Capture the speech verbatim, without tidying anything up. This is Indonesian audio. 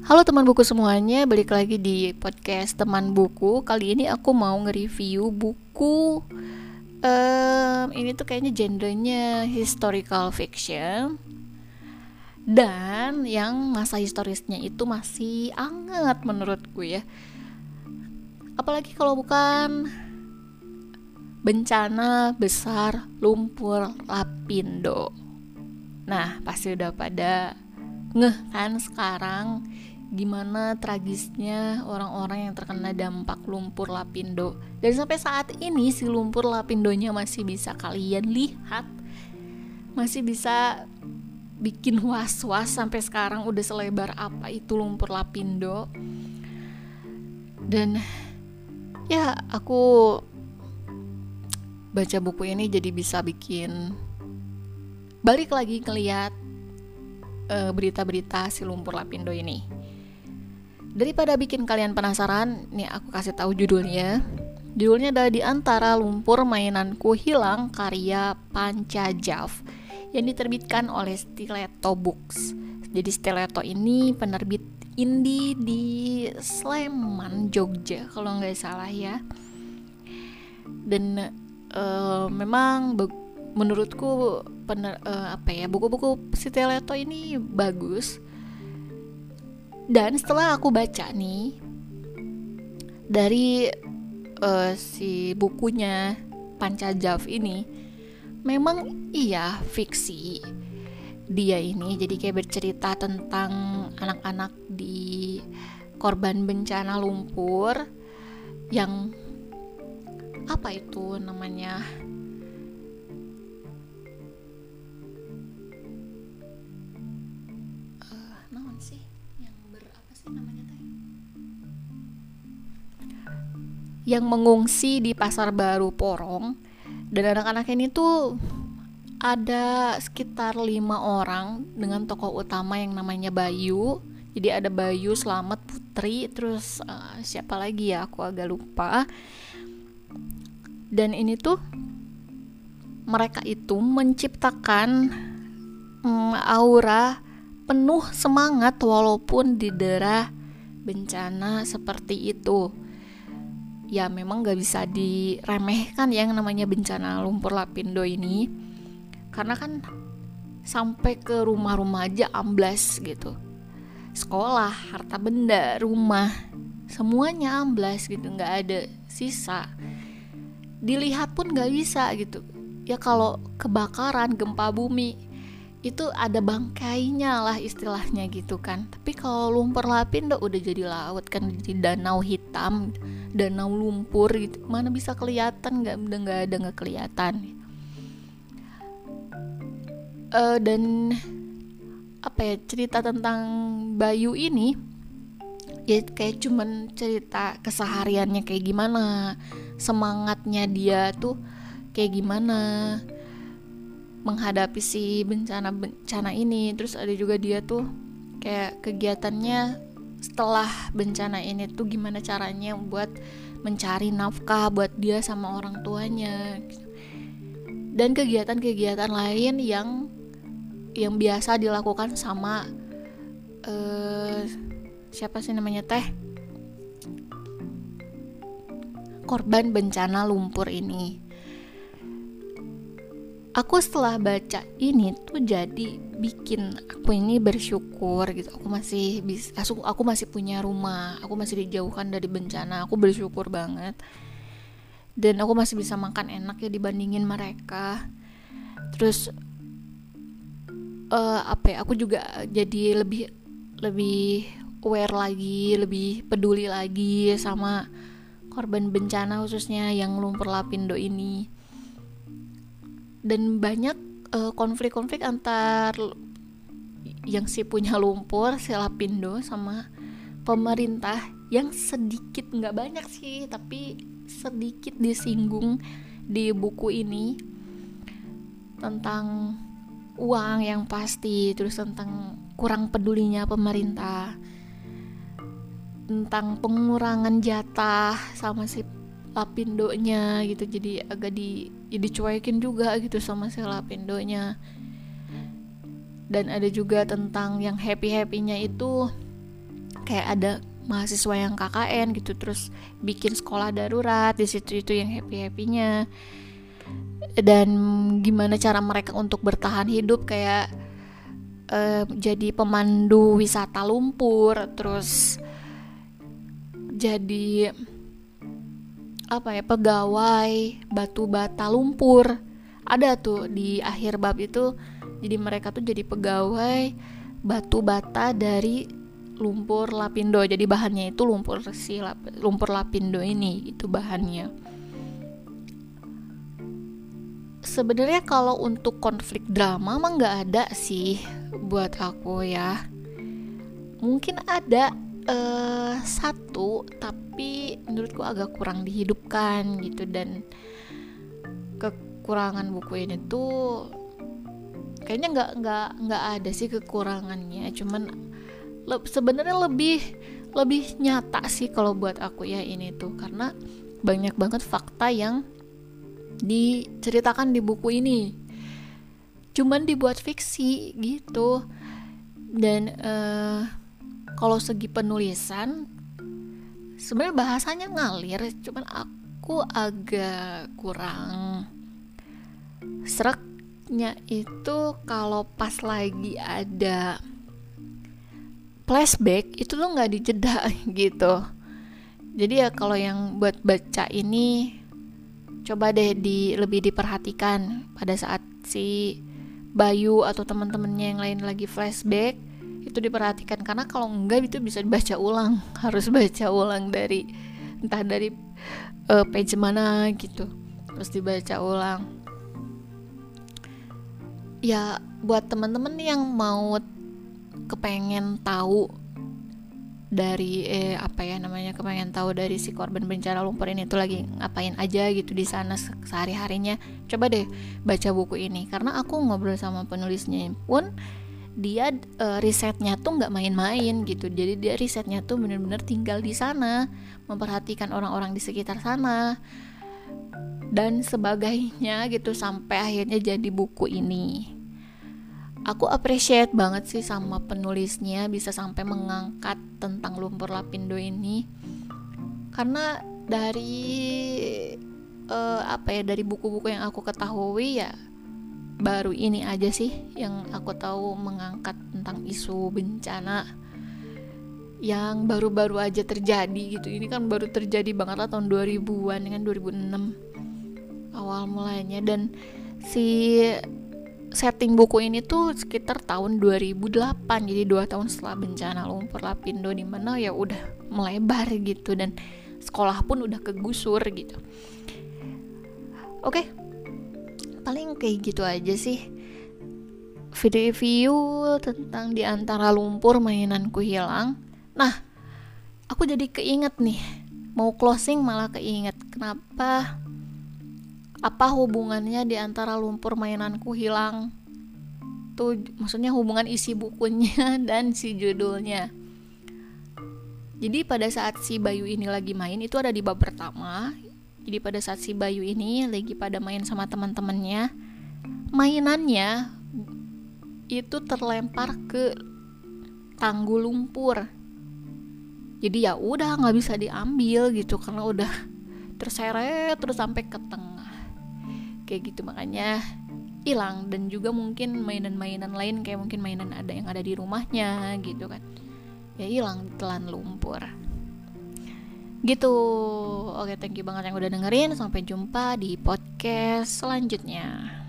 Halo teman buku semuanya, balik lagi di podcast teman buku. Kali ini aku mau nge-review buku um, Ini tuh kayaknya genrenya historical fiction. Dan yang masa historisnya itu masih anget menurutku ya. Apalagi kalau bukan bencana besar lumpur Lapindo. Nah, pasti udah pada ngeh kan sekarang gimana tragisnya orang-orang yang terkena dampak lumpur Lapindo. Dan sampai saat ini si lumpur Lapindonya masih bisa kalian lihat, masih bisa bikin was-was sampai sekarang. Udah selebar apa itu lumpur Lapindo. Dan ya aku baca buku ini jadi bisa bikin balik lagi ngeliat uh, berita-berita si lumpur Lapindo ini. Daripada bikin kalian penasaran, nih aku kasih tahu judulnya. Judulnya adalah Di Antara Lumpur Mainanku Hilang, karya Panca Jav, yang diterbitkan oleh Stiletto Books. Jadi Stiletto ini penerbit indie di Sleman, Jogja kalau nggak salah ya. Dan uh, memang be- menurutku pener- uh, apa ya buku-buku Stiletto ini bagus. Dan setelah aku baca nih dari uh, si bukunya Panca Jav ini, memang iya fiksi dia ini. Jadi kayak bercerita tentang anak-anak di korban bencana lumpur yang apa itu namanya, uh, naon sih namanya teh, yang mengungsi di Pasar Baru Porong. Dan anak-anak ini tuh ada sekitar lima orang dengan tokoh utama yang namanya Bayu. Jadi ada Bayu, Slamet, Putri, terus uh, siapa lagi ya, aku agak lupa. Dan ini tuh mereka itu menciptakan um, aura penuh semangat walaupun didera bencana seperti itu. Ya memang gak bisa diremehkan yang namanya bencana lumpur Lapindo ini, karena kan sampai ke rumah-rumah aja amblas gitu. Sekolah, harta benda, rumah, semuanya amblas gitu, gak ada sisa. Dilihat pun gak bisa gitu. Ya kalau kebakaran, gempa bumi, itu ada bangkainya lah istilahnya gitu kan. Tapi kalau lumpur Lapindo udah jadi laut kan, jadi danau hitam, danau lumpur gitu, mana bisa kelihatan, nggak udah nggak ada nggak kelihatan. Uh, dan apa ya, cerita tentang Bayu ini ya kayak cuman cerita kesehariannya kayak gimana, semangatnya dia tuh kayak gimana menghadapi si bencana-bencana ini. Terus ada juga dia tuh kayak kegiatannya setelah bencana ini tuh gimana caranya buat mencari nafkah buat dia sama orang tuanya, dan kegiatan-kegiatan lain yang yang biasa dilakukan sama uh, siapa sih namanya teh korban bencana lumpur ini. Aku setelah baca ini tuh jadi bikin aku ini bersyukur gitu. Aku masih bisa, aku masih punya rumah, aku masih dijauhkan dari bencana. Aku bersyukur banget. Dan aku masih bisa makan enak ya dibandingin mereka. Terus uh, apa ya? Aku juga jadi lebih lebih aware lagi, lebih peduli lagi sama korban bencana khususnya yang lumpur Lapindo ini. Dan banyak uh, konflik-konflik antar yang si punya lumpur, si Lapindo, sama pemerintah yang sedikit, nggak banyak sih, tapi sedikit disinggung di buku ini, tentang uang yang pasti, terus tentang kurang pedulinya pemerintah, tentang pengurangan jatah sama si Lapindonya gitu. Jadi agak di ya dicuekin juga gitu sama si Lapindonya. Dan ada juga tentang yang happy-happynya itu kayak ada mahasiswa yang K K N gitu, terus bikin sekolah darurat di situ, itu yang happy-happynya. Dan gimana cara mereka untuk bertahan hidup, kayak uh, jadi pemandu wisata lumpur, terus jadi apa ya, pegawai batu bata lumpur. Ada tuh di akhir bab itu, jadi mereka tuh jadi pegawai batu bata dari lumpur lapindo. Jadi bahannya itu lumpur si lap, lumpur lapindo ini, itu bahannya. Sebenarnya kalau untuk konflik drama mah nggak ada sih buat aku ya. Mungkin ada uh, satu, tapi menurutku agak kurang dihidupkan gitu. Dan kekurangan buku ini tuh kayaknya nggak nggak nggak ada sih kekurangannya, cuman le- sebenarnya lebih lebih nyata sih kalau buat aku ya ini tuh, karena banyak banget fakta yang diceritakan di buku ini, cuman dibuat fiksi gitu. Dan uh, kalau segi penulisan sebenarnya bahasanya ngalir, cuman aku agak kurang sreknya itu kalau pas lagi ada flashback itu tuh nggak dijeda gitu. Jadi ya kalau yang buat baca ini coba deh di lebih diperhatikan pada saat si Bayu atau teman-temannya yang lain lagi flashback, itu diperhatikan, karena kalau enggak itu bisa dibaca ulang, harus baca ulang dari entah dari uh, page mana gitu, terus dibaca ulang. Ya buat teman-teman yang mau kepengen tahu dari eh apa ya namanya kepengen tahu dari si korban bencana lumpur ini tuh lagi ngapain aja gitu di sana sehari-harinya, coba deh baca buku ini. Karena aku ngobrol sama penulisnya pun dia e, risetnya tuh nggak main-main gitu. Jadi dia risetnya tuh benar-benar tinggal di sana, memperhatikan orang-orang di sekitar sana dan sebagainya gitu, sampai akhirnya jadi buku ini. Aku appreciate banget sih sama penulisnya bisa sampai mengangkat tentang lumpur lapindo ini, karena dari uh, apa ya dari buku-buku yang aku ketahui ya baru ini aja sih yang aku tahu mengangkat tentang isu bencana yang baru-baru aja terjadi gitu. Ini kan baru terjadi banget lah tahun dua ribuan, kan dua ribu enam awal mulainya, dan si setting buku ini tuh sekitar tahun dua ribu delapan, jadi dua tahun setelah bencana lumpur lapindo, di mana ya udah melebar gitu dan sekolah pun udah kegusur gitu. Oke, paling kayak gitu aja sih video review tentang Di Antara Lumpur Mainanku Hilang. Nah, aku jadi keinget nih, mau closing malah keinget kenapa, apa hubungannya Di Antara Lumpur Mainanku Hilang tuh, maksudnya hubungan isi bukunya dan si judulnya. Jadi pada saat si Bayu ini lagi main, itu ada di bab pertama. Jadi pada saat si Bayu ini lagi pada main sama teman-temannya, mainannya itu terlempar ke tanggul lumpur. Jadi ya udah nggak bisa diambil gitu karena udah terseret terus sampai ke tengah. Kayak gitu, makanya hilang. Dan juga mungkin mainan-mainan lain kayak mungkin mainan ada yang ada di rumahnya gitu kan, ya hilang telan lumpur gitu. Oke, thank you banget yang udah dengerin. Sampai jumpa di podcast selanjutnya.